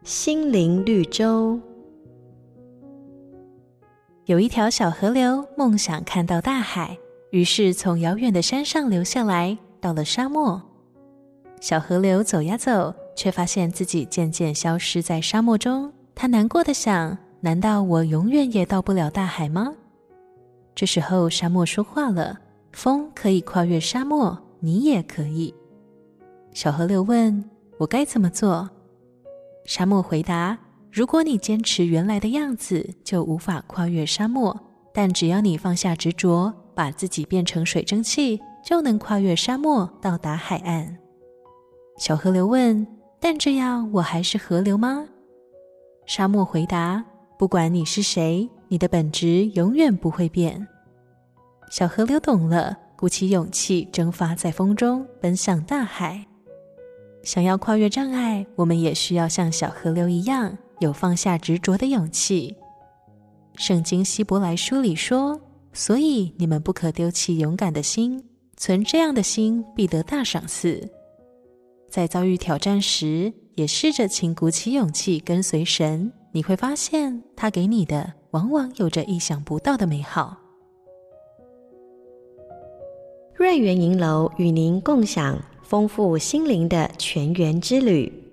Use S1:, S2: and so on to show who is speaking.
S1: 心灵绿洲。
S2: 有一条小河流梦想看到大海，于是从遥远的山上流下来，到了沙漠。小河流走呀走，却发现自己渐渐消失在沙漠中。他难过地想，难道我永远也到不了大海吗？这时候沙漠说话了，风可以跨越沙漠，你也可以。小河流问，我该怎么做？沙漠回答，如果你坚持原来的样子，就无法跨越沙漠，但只要你放下执着，把自己变成水蒸气，就能跨越沙漠到达海岸。小河流问，但这样我还是河流吗？沙漠回答，不管你是谁，你的本质永远不会变。小河流懂了，鼓起勇气蒸发在风中，奔向大海。想要跨越障碍，我们也需要像小河流一样，有放下执着的勇气。圣经希伯来书里说，所以你们不可丢弃勇敢的心，存这样的心必得大赏赐。在遭遇挑战时，也试着请鼓起勇气跟随神，你会发现他给你的往往有着意想不到的美好。
S1: 瑞园银楼与您共享丰富心灵的全员之旅。